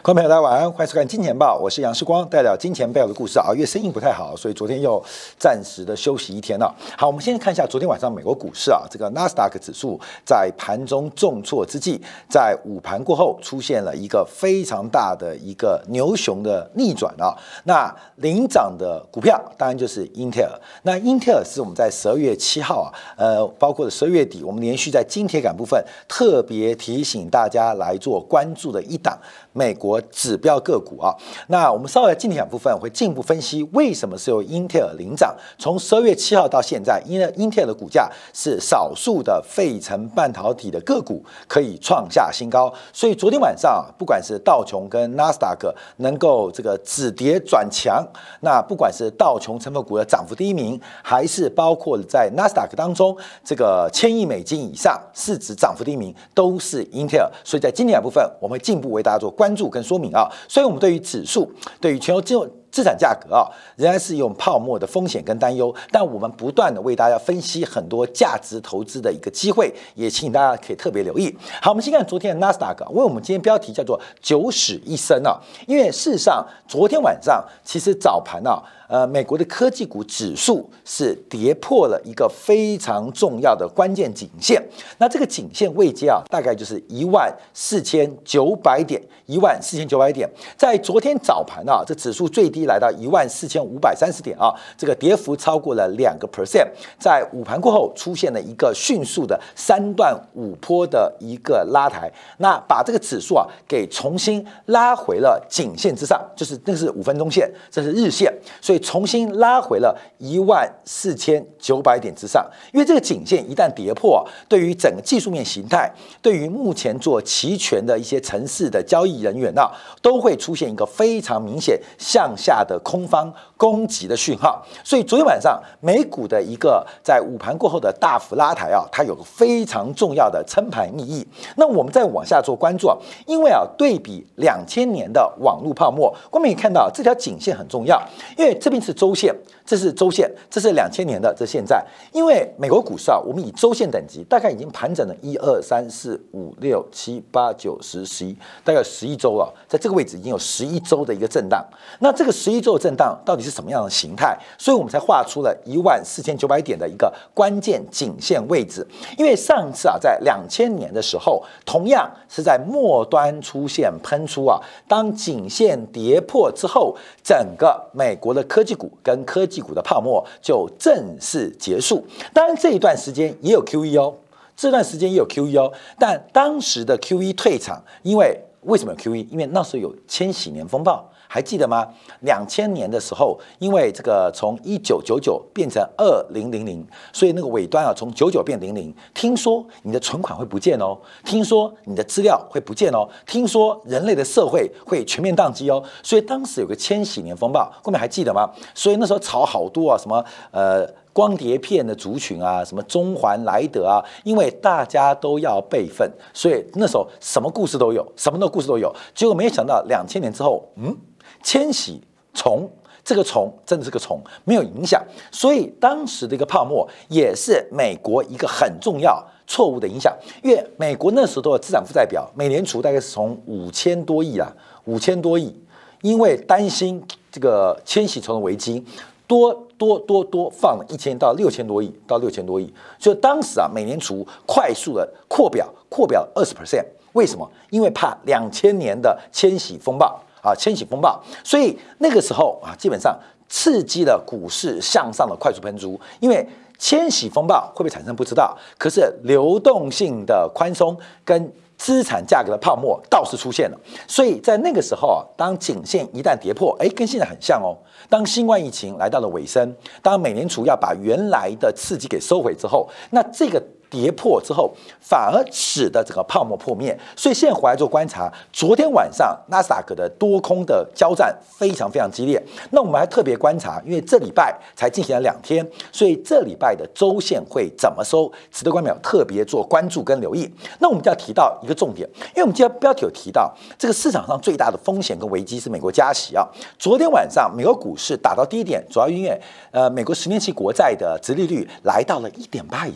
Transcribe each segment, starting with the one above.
观众朋友，大家晚安，欢迎收看《金钱报》，我是杨世光，带来金钱背后的故事啊。因为生意不太好，所以昨天又暂时的休息一天了。好，我们先看一下昨天晚上美国股市啊，这个纳斯达克指数在盘中重挫之际，在午盘过后出现了一个非常大的一个牛熊的逆转啊。那领涨的股票当然就是英特尔。那英特尔是我们在12月7号啊，包括12月底，我们连续在金铁杆部分特别提醒大家来做关注的一档美国指标个股啊。那我们稍微金铁杆部分会进一步分析为什么是由英特尔领涨。从12月7号到现在，英特尔的股价是少数的费城半导体的个股可以创下新高，所以昨天晚上不管是道琼跟纳斯达克能够这个止跌转强，那不管是道琼成分股的涨幅第一名，还是包括在纳斯达克当中这个1000亿美金以上市值涨幅第一名，都是英特尔。所以在今天的部分，我们会进一步为大家做关注跟说明啊。所以我们对于指数，对于全球金融资产价格啊，仍然是用泡沫的风险跟担忧，但我们不断的为大家分析很多价值投资的一个机会，也请大家可以特别留意。好，我们先看昨天的纳斯达克，为我们今天标题叫做九死一生啊，因为事实上昨天晚上其实早盘啊。美国的科技股指数是跌破了一个非常重要的关键颈线，那这个颈线位阶啊，大概就是14900点，14900点，在昨天早盘啊，这指数最低来到14530点啊，这个跌幅超过了2%，在午盘过后出现了一个迅速的3段5波的一个拉抬，那把这个指数啊给重新拉回了颈线之上，就是那是5分钟线，这是日线，所以重新拉回了14900点之上，因为这个颈线一旦跌破，对于整个技术面形态，对于目前做期权的一些程式的交易人员啊，都会出现一个非常明显向下的空方攻击的讯号。所以昨天晚上美股的一个在午盘过后的大幅拉抬啊，它有个非常重要的撑盘意义。那我们再往下做关注啊，因为啊对比2000年的网络泡沫，我们也看到这条颈线很重要，因为这边是周线，这是周线，这是2000年的，这现在，因为美国股市啊，我们以周线等级，大概已经盘整了1、2、3、4、5、6、7、8、9、10、11，大概11周了，在这个位置已经有11周的一个震荡。那这个11周的震荡到底是什么样的形态？所以我们才画出了14900点的一个关键颈线位置。因为上次啊，在2000年的时候，同样是在末端出现喷出啊，当颈线跌破之后，整个美国的科技股跟科技股的泡沫就正式结束。当然这一段时间也有 QE 哦，这段时间也有 QE 哦，但当时的 QE 退场，为什么有 QE？ 因为那时候有千禧年风暴。还记得吗？2000年的时候，因为这个从1999变成2000，所以那个尾端啊从99变00。听说你的存款会不见哦，听说你的资料会不见哦，听说人类的社会会全面宕机哦。所以当时有个千禧年风暴，各位还记得吗？所以那时候炒好多啊，什么光碟片的族群啊，什么中环莱德啊，因为大家都要备份，所以那时候什么故事都有，什么的故事都有。结果没想到2000年之后，千禧虫，这个虫真的是个虫，没有影响。所以当时的一个泡沫也是美国一个很重要错误的影响，因为美国那时候的资产负债表，美联储大概是从5000多亿啊，5000多亿，因为担心这个千禧虫的危机。多放了1000到6000多亿，所以当时啊，美联储快速的扩表20%，为什么？因为怕2000年的千禧风暴，所以那个时候啊，基本上刺激了股市向上的快速喷出，因为千禧风暴会不会产生不知道，可是流动性的宽松跟资产价格的泡沫倒是出现了，所以在那个时候啊，当颈线一旦跌破，跟现在很像哦。当新冠疫情来到了尾声，当美联储要把原来的刺激给收回之后，那这个跌破之后，反而使得整个泡沫破灭。所以现在回来做观察，昨天晚上纳斯达克的多空的交战非常激烈。那我们还特别观察，因为这礼拜才进行了2天，所以这礼拜的周线会怎么收，值得观众特别做关注跟留意。那我们就要提到一个重点，因为我们今天标题有提到，这个市场上最大的风险跟危机是美国加息啊。昨天晚上美国股市打到低点，主要因为美国10年期国债的殖利率来到了1.8以上。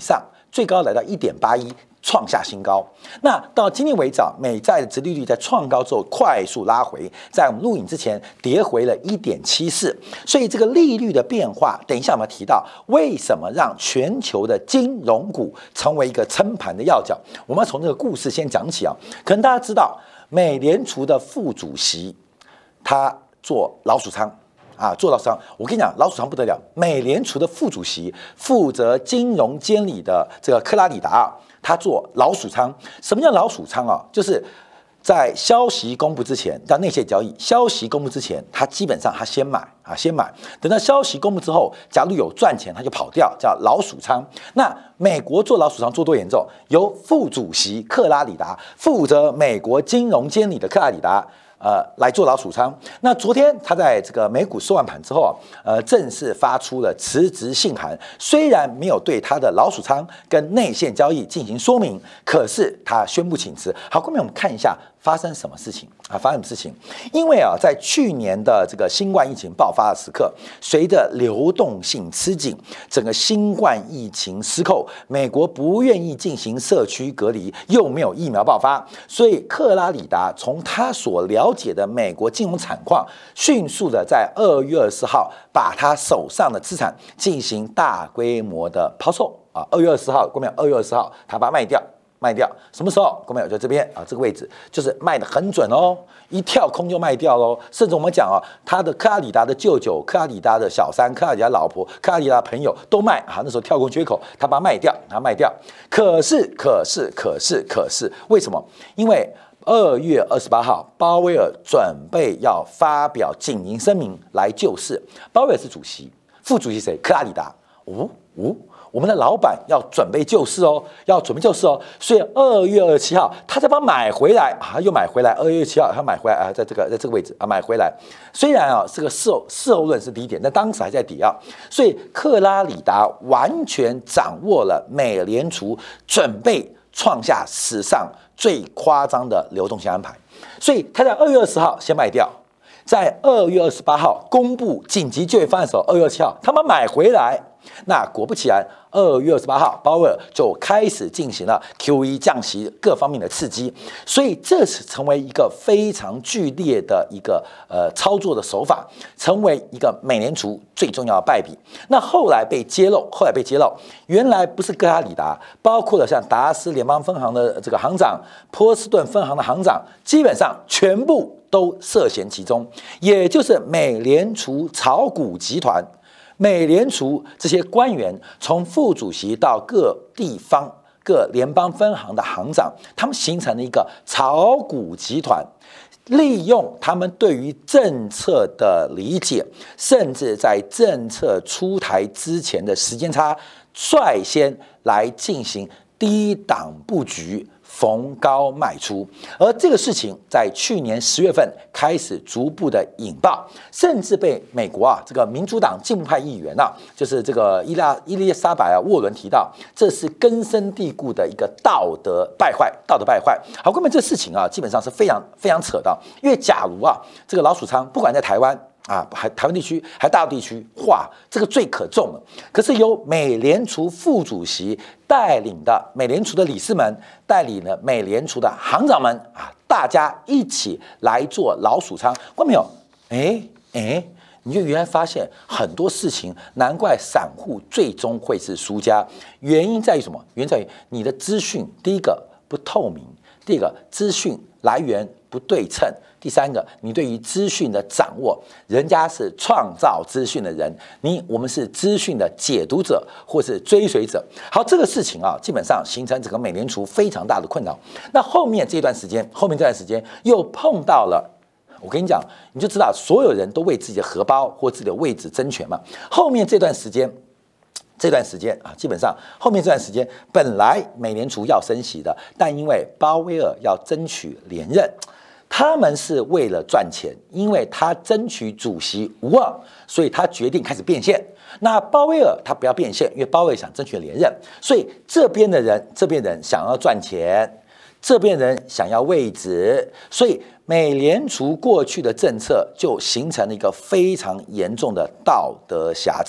最高来到1.81。创下新高。那到今天为止啊，美债的殖利率在创高之后快速拉回，在我们录影之前跌回了1.74。所以这个利率的变化，等一下我们提到为什么让全球的金融股成为一个撑盘的要角。我们要从这个故事先讲起啊。可能大家知道，美联储的副主席他做老鼠仓。做老鼠仓，我跟你讲，老鼠仓不得了。美联储的副主席负责金融监理的这个克拉里达，他做老鼠仓。什么叫老鼠仓啊？就是在消息公布之前，到内线交易消息公布之前，他基本上他先买。等到消息公布之后，假如有赚钱，他就跑掉，叫老鼠仓。那美国做老鼠仓做多严重？由副主席克拉里达负责美国金融监理的克拉里达。来做老鼠仓。那昨天他在这个美股收完盘之后正式发出了辞职信函。虽然没有对他的老鼠仓跟内线交易进行说明，可是他宣布请辞。好，后面我们看一下发生什么事情啊？发生什么事情？因为在去年的这个新冠疫情爆发的时刻，随着流动性吃紧，整个新冠疫情失控，美国不愿意进行社区隔离，又没有疫苗爆发，所以克拉里达从他所了解的美国金融产况，迅速的在2月24号把他手上的资产进行大规模的抛售啊。2月24号，各位，2月24号他把它卖掉，什么时候？各位，就这边啊，这个位置就是卖得很准哦，一跳空就卖掉喽。甚至我们讲他的克拉里达的舅舅、克拉里达的小三、克拉里达老婆、克拉里达朋友都卖啊。那时候跳空缺口，他把它卖掉，可是，为什么？因为2月28号，鲍威尔准备要发表警迎声明来救市。鲍威尔是主席，副主席谁？克拉里达。我们的老板要准备救市哦，所以2月27号他再把它买回来又买回来。2月27号他买回来在这个位置买回来。虽然这个事后论是低点，但当时还在底所以克拉里达完全掌握了美联储准备创下史上最夸张的流动性安排，所以他在2月20号先卖掉。在2月28号公布紧急救援方案的时候，2月27号他们买回来。那果不其然，2月28号，鲍威尔就开始进行了 QE 降息各方面的刺激，所以这是成为一个非常剧烈的一个操作的手法，成为一个美联储最重要的败笔。那后来被揭露，原来不是克拉里达，包括了像达拉斯联邦分行的这个行长、波士顿分行的行长，基本上全部都涉嫌其中，也就是美联储炒股集团。美联储这些官员，从副主席到各地方、各联邦分行的行长，他们形成了一个炒股集团，利用他们对于政策的理解，甚至在政策出台之前的时间差，率先来进行低档布局。逢高卖出，而这个事情在去年10月份开始逐步的引爆，甚至被美国这个民主党进步派议员就是这个伊丽莎白沃伦提到，这是根深蒂固的一个道德败坏。好，各位，这事情基本上是非常非常扯的，因为假如这个老鼠仓不管在台湾。还台湾地区，还大陆地区，这个最可重了。可是由美联储副主席带领的美联储的理事们，带领了美联储的行长们大家一起来做老鼠仓，看到没有？你就原来发现很多事情，难怪散户最终会是输家。原因在于什么？原因在于你的资讯，第一个不透明，第二个资讯来源不对称。第三个，你对于资讯的掌握，人家是创造资讯的人，我们是资讯的解读者或是追随者。好，这个事情基本上形成整个美联储非常大的困扰。那后面这段时间又碰到了，我跟你讲，你就知道所有人都为自己的荷包或自己的位置争权嘛。后面这段时间基本上后面这段时间本来美联储要升息的，但因为鲍威尔要争取连任。他们是为了赚钱，因为他争取主席无望，所以他决定开始变现。那鲍威尔他不要变现，因为鲍威尔想争取连任，所以这边人想要赚钱，这边人想要位置，所以美联储过去的政策就形成了一个非常严重的道德瑕疵。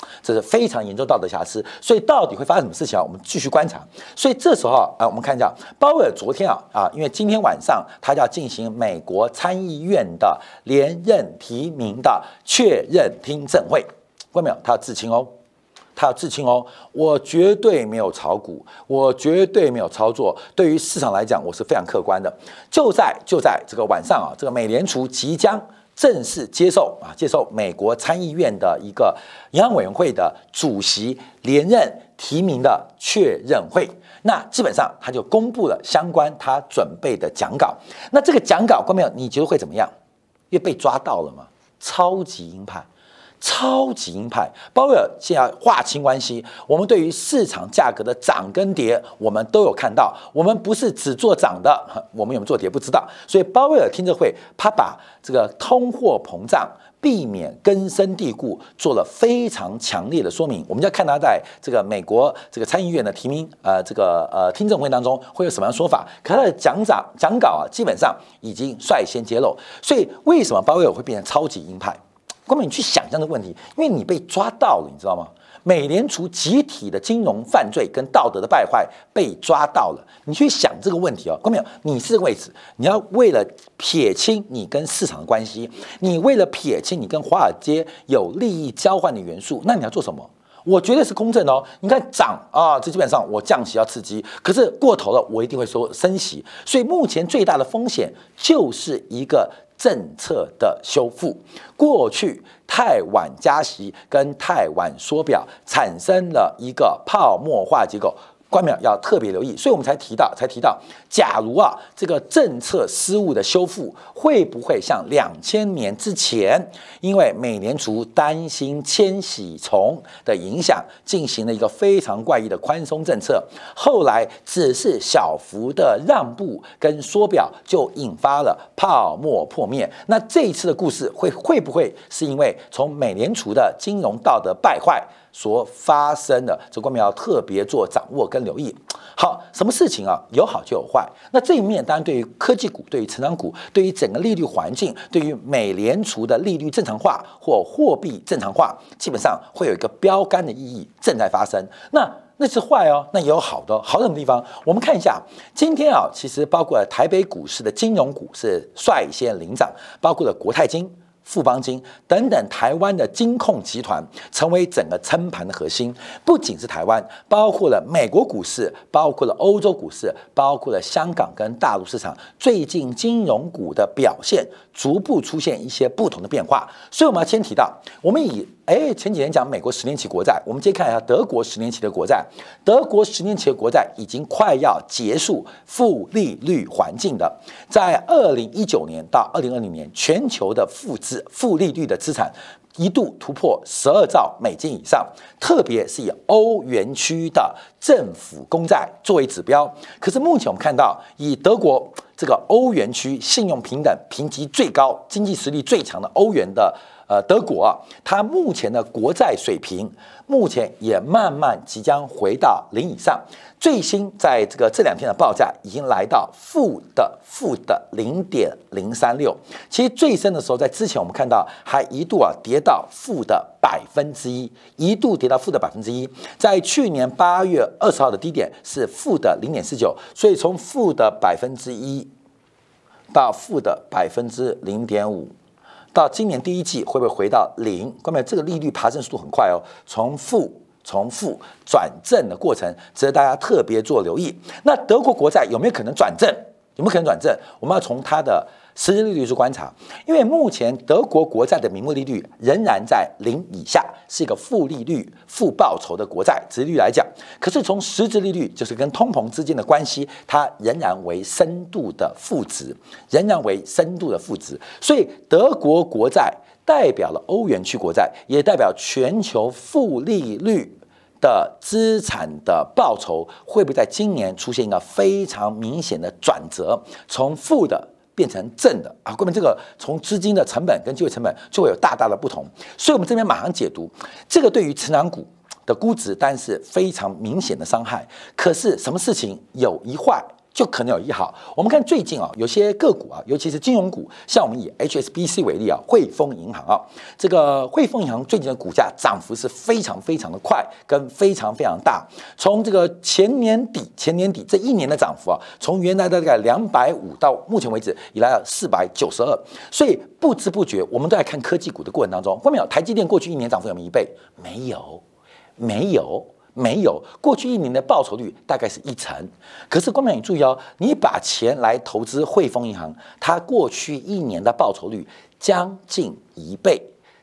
这是非常严重道德瑕疵。所以到底会发生什么事情啊？我们继续观察。所以这时候我们看一下鲍威尔昨天因为今天晚上他要进行美国参议院的连任提名的确认听证会，看到没有？他要自清哦。他要自清哦，我绝对没有炒股，我绝对没有操作。对于市场来讲，我是非常客观的。就在这个晚上这个美联储即将正式接受美国参议院的一个银行委员会的主席连任提名的确认会。那基本上他就公布了相关他准备的讲稿。那这个讲稿，观众朋友，你觉得会怎么样？因为被抓到了嘛，超级鹰派。超级鹰派，鲍威尔现在划清关系。我们对于市场价格的涨跟跌，我们都有看到。我们不是只做涨的，我们有没有做跌不知道。所以鲍威尔听证会，他把这个通货膨胀避免根深蒂固做了非常强烈的说明。我们要看他在这个美国这个参议院的提名听证会当中会有什么样的说法。可他的讲稿基本上已经率先揭露。所以为什么鲍威尔会变成超级鹰派？光你去想象这个问题，因为你被抓到了，你知道吗？美联储集体的金融犯罪跟道德的败坏被抓到了，你去想这个问题哦，观众朋友，你是这个位置，你要为了撇清你跟市场的关系，你为了撇清你跟华尔街有利益交换的元素，那你要做什么？我觉得是公正哦。你看涨这基本上我降息要刺激，可是过头了，我一定会说升息。所以目前最大的风险就是一个政策的修复。过去太晚加息跟太晚缩表产生了一个泡沫化结构。观众要特别留意，所以我们才提到，假如这个政策失误的修复会不会像2000年之前，因为美联储担心千禧虫的影响，进行了一个非常怪异的宽松政策，后来只是小幅的让步跟缩表，就引发了泡沫破灭。那这一次的故事会不会是因为从美联储的金融道德败坏所发生的？这观众要特别做掌握跟留意。好，什么事情有好就有坏。那这一面当然对于科技股、对于成长股、对于整个利率环境、对于美联储的利率正常化或货币正常化，基本上会有一个标杆的意义正在发生。那是坏哦，那也有好的。好在什么地方？我们看一下，今天其实包括台北股市的金融股是率先领涨，包括了国泰金、富邦金等等台湾的金控集团成为整个撑盘的核心。不仅是台湾，包括了美国股市，包括了欧洲股市，包括了香港跟大陆市场，最近金融股的表现逐步出现一些不同的变化。所以我们要先提到，我们以前几天讲美国10年期国债，我们接看一下德国10年期的国债。德国10年期的国债已经快要结束负利率环境的，在2019年到2020年，全球的负利率的资产一度突破12兆美金以上，特别是以欧元区的政府公债作为指标。可是目前我们看到，以德国这个欧元区信用平等评级最高、经济实力最强的欧元的德国它目前的国债水平目前也慢慢即将回到0以上。最新在这2天的报价已经来到负的0.036。其实最深的时候，在之前我们看到还一度跌到负的1%，一度跌到负的1%。在去年8月20号的低点是负的0.49，所以从负的1%到负的0.5%。到今年第一季会不会回到0？关键这个利率爬升速度很快哦，从负转正的过程，值得大家特别做留意。那德国国债有没有可能转正？我们要从它的实质利率去观察，因为目前德国国债的名目利率仍然在0以下，是一个负利率、负报酬的国债殖利率来讲。可是从实质利率，就是跟通膨之间的关系，它仍然为深度的负值，所以德国国债代表了欧元区国债，也代表全球负利率的资产的报酬会不会在今年出现一个非常明显的转折，从负的变成正的各位，这个从资金的成本跟机会成本就会有大大的不同。所以我们这边马上解读，这个对于成长股的估值当然是非常明显的伤害。可是什么事情有一坏就可能有利好。我们看最近啊，有些个股啊，尤其是金融股，像我们以 HSBC 为例啊，汇丰银行啊，这个汇丰银行最近的股价涨幅是非常非常的快，跟非常非常大。从这个前年底这一年的涨幅啊，从原来的大概250到目前为止以来492，所以不知不觉我们都在看科技股的过程当中，后面有台积电过去一年涨幅有没有1倍？没有，过去一年的报酬率大概是1成。可是，观众你注意哦，你把钱来投资汇丰银行，它过去一年的报酬率将近1倍。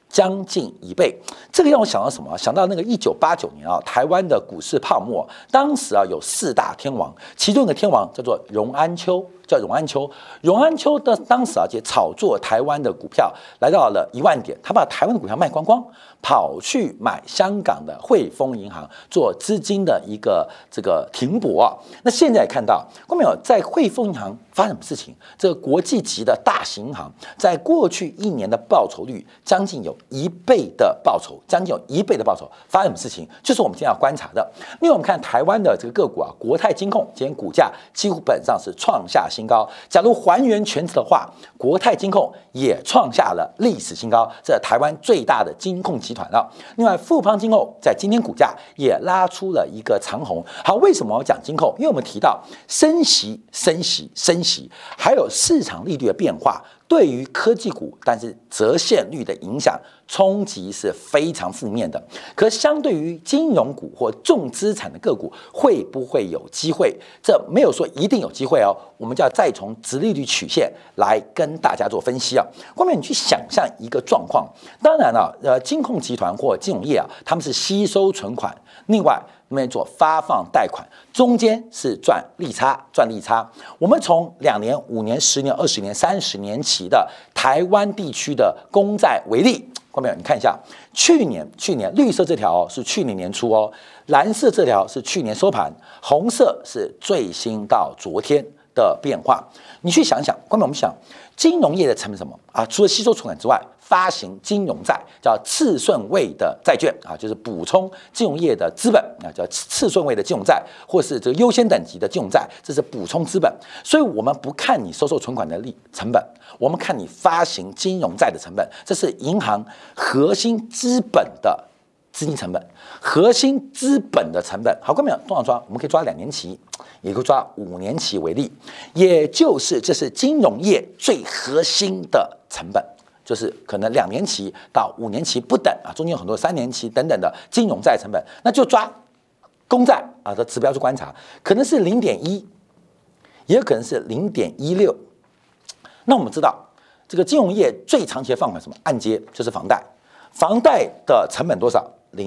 这个让我想到什么？想到那个1989年啊，台湾的股市泡沫，当时啊有4大天王，其中一个天王叫做荣安秋。荣安秋的当时啊，也炒作台湾的股票来到了1万点，他把台湾的股票卖光光，跑去买香港的汇丰银行做资金的一个这个停泊啊。那现在也看到，观众朋友在汇丰银行发生什么事情？这个国际级的大型银行，在过去一年的报酬率将近有1倍的报酬，发生什么事情？就是我们今天要观察的。因为我们看台湾的这个个股啊，国泰金控今天股价几乎本上是创下新高。假如还原全值的话，国泰金控也创下了历史新高，这台湾最大的金控集团了。另外，富邦金控在今天股价也拉出了一个长红。好，为什么我讲金控？因为我们提到升息，还有市场利率的变化。对于科技股，但是折现率的影响冲击是非常负面的。可相对于金融股或重资产的个股，会不会有机会？这没有说一定有机会哦。我们就要再从殖利率曲线来跟大家做分析啊。后面你去想象一个状况，当然了，金控集团或金融业啊，他们是吸收存款，另外做发放贷款，中间是赚利差。我们从2年、5年、10年、20年、30年期的台湾地区的公债为例，观众朋友，你看一下，去年绿色这条是去年年初哦，蓝色这条是去年收盘，红色是最新到昨天的变化。你去想想，观众朋友，我们想金融业的成本是什么啊？除了吸收存款之外，发行金融债叫次顺位的债券啊，就是补充金融业的资本啊，叫次顺位的金融债，或是这个优先等级的金融债，这是补充资本。所以我们不看你收受存款的成本，我们看你发行金融债的成本，这是银行核心资本的资金成本，核心资本的成本。好，观众朋友，多少抓？我们可以抓2年期，也可以抓5年期为例，也就是这是金融业最核心的成本。就是可能2年期到5年期不等啊，中间有很多3年期等等的金融债成本，那就抓公债啊的指标去观察，可能是0.1，也有可能是0.16。那我们知道，这个金融业最长期的放款什么？按揭就是房贷，房贷的成本多少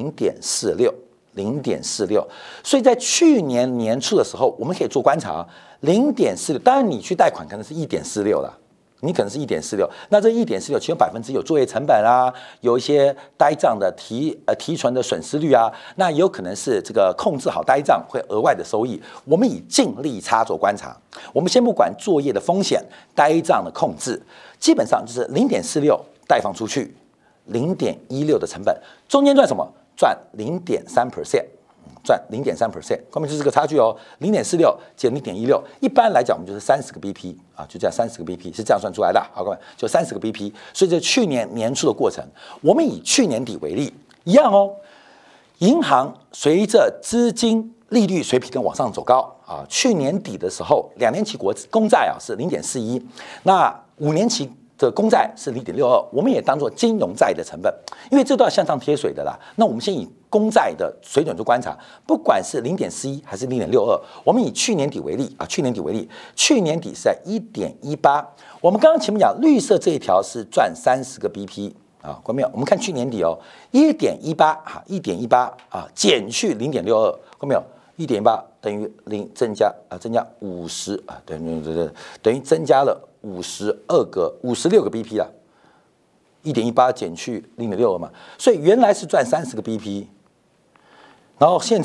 ？0.46。所以在去年年初的时候，我们可以做观察，0.46。当然你去贷款可能是1.46了。你可能是1.46，那这1.46其中1%有作业成本啊，有一些呆账的提存的损失率啊，那也有可能是这个控制好呆账会额外的收益。我们以净利差做观察，我们先不管作业的风险，呆账的控制，基本上就是0.46贷放出去，0.16的成本，中间赚什么？赚0.3%。赚0.3%，后面就是个差距哦，0.46减0.16，一般来讲我们就是30个 BP 啊，就这样30个 BP 是这样算出来的，好，各位就30个 BP， 所以这去年年初的过程，我们以去年底为例，一样哦，银行随着资金利率水平往上走高啊，去年底的时候，2年期公债啊是0.41，那5年期的公债是0.62，我们也当做金融债的成本，因为这都要向上贴水的啦。那我们先以公债的水准做观察，不管是0.41还是0.62，我们以去年底为例啊，去年底是在1.18。我们刚刚前面讲绿色这一条是赚30个 BP 啊，看到没有？我们看去年底哦，1.18啊，1.18啊，减去0.62，看到没有？1.18等于增加50啊，等于增加了56个 BP 啦，1.18减去0.62嘛，所以原来是赚30个 BP， 然后现在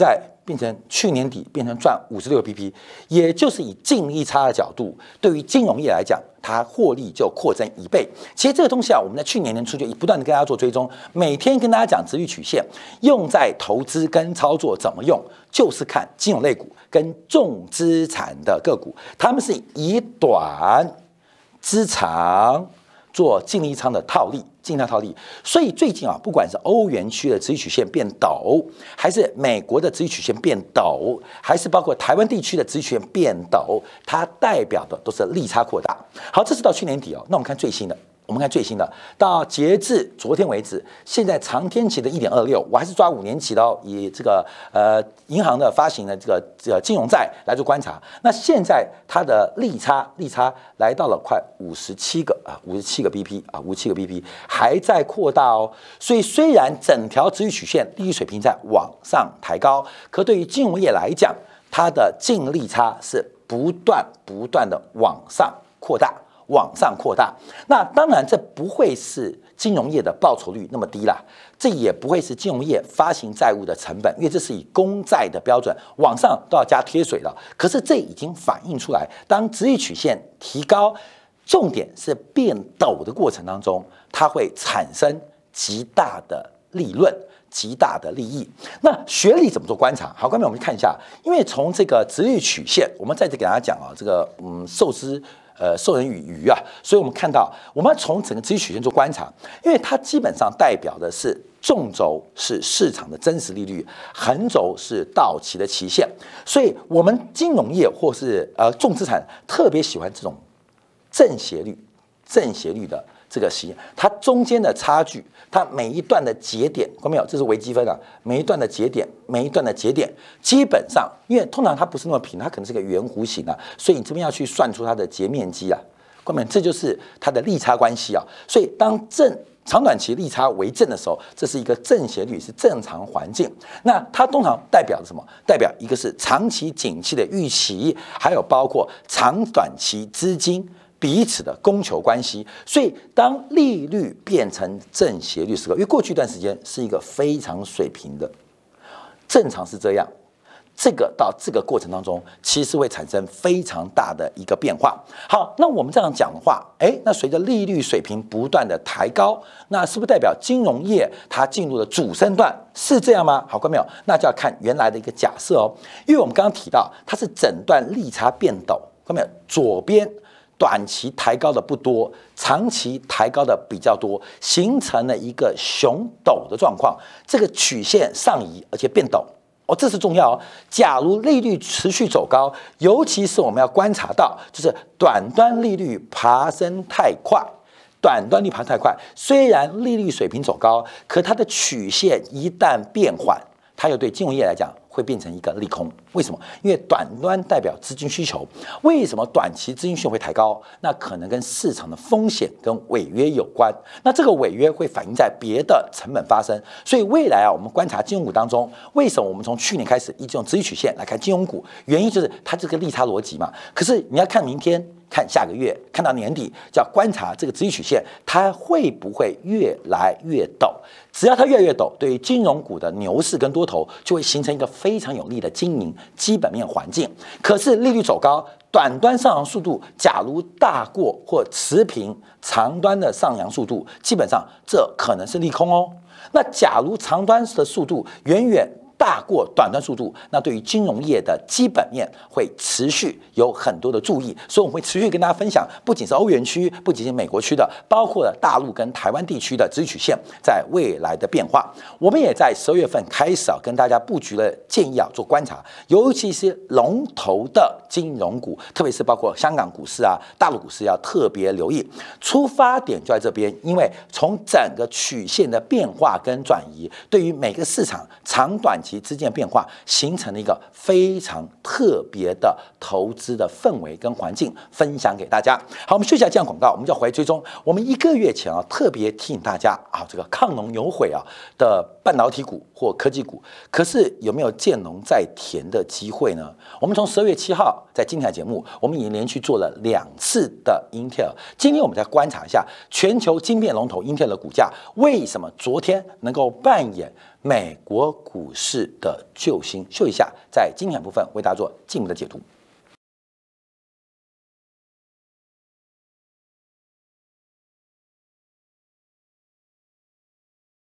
变成去年底变成赚56 pp， 也就是以净利差的角度，对于金融业来讲，它获利就扩增1倍。其实这个东西啊，我们在去年年初就不断的跟大家做追踪，每天跟大家讲殖利率曲线，用在投资跟操作怎么用，就是看金融类股跟重资产的个股，他们是以短资长做净利仓的套利。尽量套利，所以最近啊，不管是欧元区的殖利率曲线变陡，还是美国的殖利率曲线变陡，还是包括台湾地区的殖利率曲线变陡，它代表的都是利差扩大。好，这是到去年底哦，那我们看最新的。到截至昨天为止，现在长天期的1.26，我还是抓5年期的哦，以这个银行的发行的这个金融债来做观察。那现在它的利差来到了快57个BP 啊，57个 BP 还在扩大哦。所以虽然整条殖利率曲线利率水平在往上抬高，可对于金融业来讲，它的净利差是不断的往上扩大。那当然，这不会是金融业的报酬率那么低啦，这也不会是金融业发行债务的成本，因为这是以公债的标准，往上都要加贴水了。可是这已经反映出来，当殖利率曲线提高，重点是变陡的过程当中，它会产生极大的利润。极大的利益。那学理怎么做观察？好，观众我们看一下，因为从这个殖利率曲线，我们在这给大家讲啊，这个授人以渔啊，所以我们看到，我们从整个殖利率曲线做观察，因为它基本上代表的是纵轴是市场的真实利率，横轴是到期的期限，所以我们金融业或是重资产特别喜欢这种正斜率的这个实验，它中间的差距，它每一段的节点，看到没有？这是微积分啊，每一段的节点，基本上，因为通常它不是那么平，它可能是个圆弧形啊，所以你这边要去算出它的截面积啊，看到没有？这就是它的利差关系啊。所以当长短期利差为正的时候，这是一个正斜率，是正常环境。那它通常代表什么？代表一个是长期景气的预期，还有包括长短期资金彼此的供求关系。所以当利率变成正斜率时刻，因为过去一段时间是一个非常水平的，正常是这样。这个到这个过程当中，其实会产生非常大的一个变化。好，那我们这样讲的话，那随着利率水平不断的抬高，那是不是代表金融业它进入了主升段？是这样吗？好，看到没有？那就要看原来的一个假设哦，因为我们刚刚提到它是整段利差变陡，看到没有？左边短期抬高的不多，长期抬高的比较多，形成了一个熊陡的状况。这个曲线上移，而且变陡。这是重要哦。假如利率持续走高，尤其是我们要观察到，就是短端利率爬升太快，虽然利率水平走高，可它的曲线一旦变缓，它又对金融业来讲会变成一个利空。为什么？因为短端代表资金需求。为什么短期资金需求会抬高？那可能跟市场的风险跟违约有关。那这个违约会反映在别的成本发生。所以未来啊，我们观察金融股当中，为什么我们从去年开始以这种殖利率曲线来看金融股？原因就是它这个利差逻辑嘛。可是你要看明天。看下个月，看到年底，就要观察这个殖利率曲线，它会不会越来越陡？只要它越来越陡，对于金融股的牛市跟多头就会形成一个非常有利的经营基本面环境。可是利率走高，短端上扬速度假如大过或持平长端的上扬速度，基本上这可能是利空哦。那假如长端的速度远远大过短端速度，那对于金融业的基本面会持续有很多的注意，所以我们会持续跟大家分享，不仅是欧元区，不仅是美国区的，包括了大陆跟台湾地区的殖利率曲线在未来的变化。我们也在12月份开始跟大家布局了建议做观察，尤其是龙头的金融股，特别是包括香港股市啊、大陆股市要特别留意。出发点就在这边，因为从整个曲线的变化跟转移，对于每个市场长短期之间的变化，形成了一个非常特别的投资的氛围跟环境，分享给大家。好，我们休息一下，这样广告，我们就要回来追踪。我们1个月前特别提醒大家这个抗龙有悔的半导体股或科技股，可是有没有见龙在田的机会呢？我们从12月7号在今天的节目，我们已经连续做了2次的 Intel。今天我们再观察一下全球晶片龙头 Intel 的股价，为什么昨天能够扮演美国股市的救星。休息一下，在今天部分为大家做进一步的解读。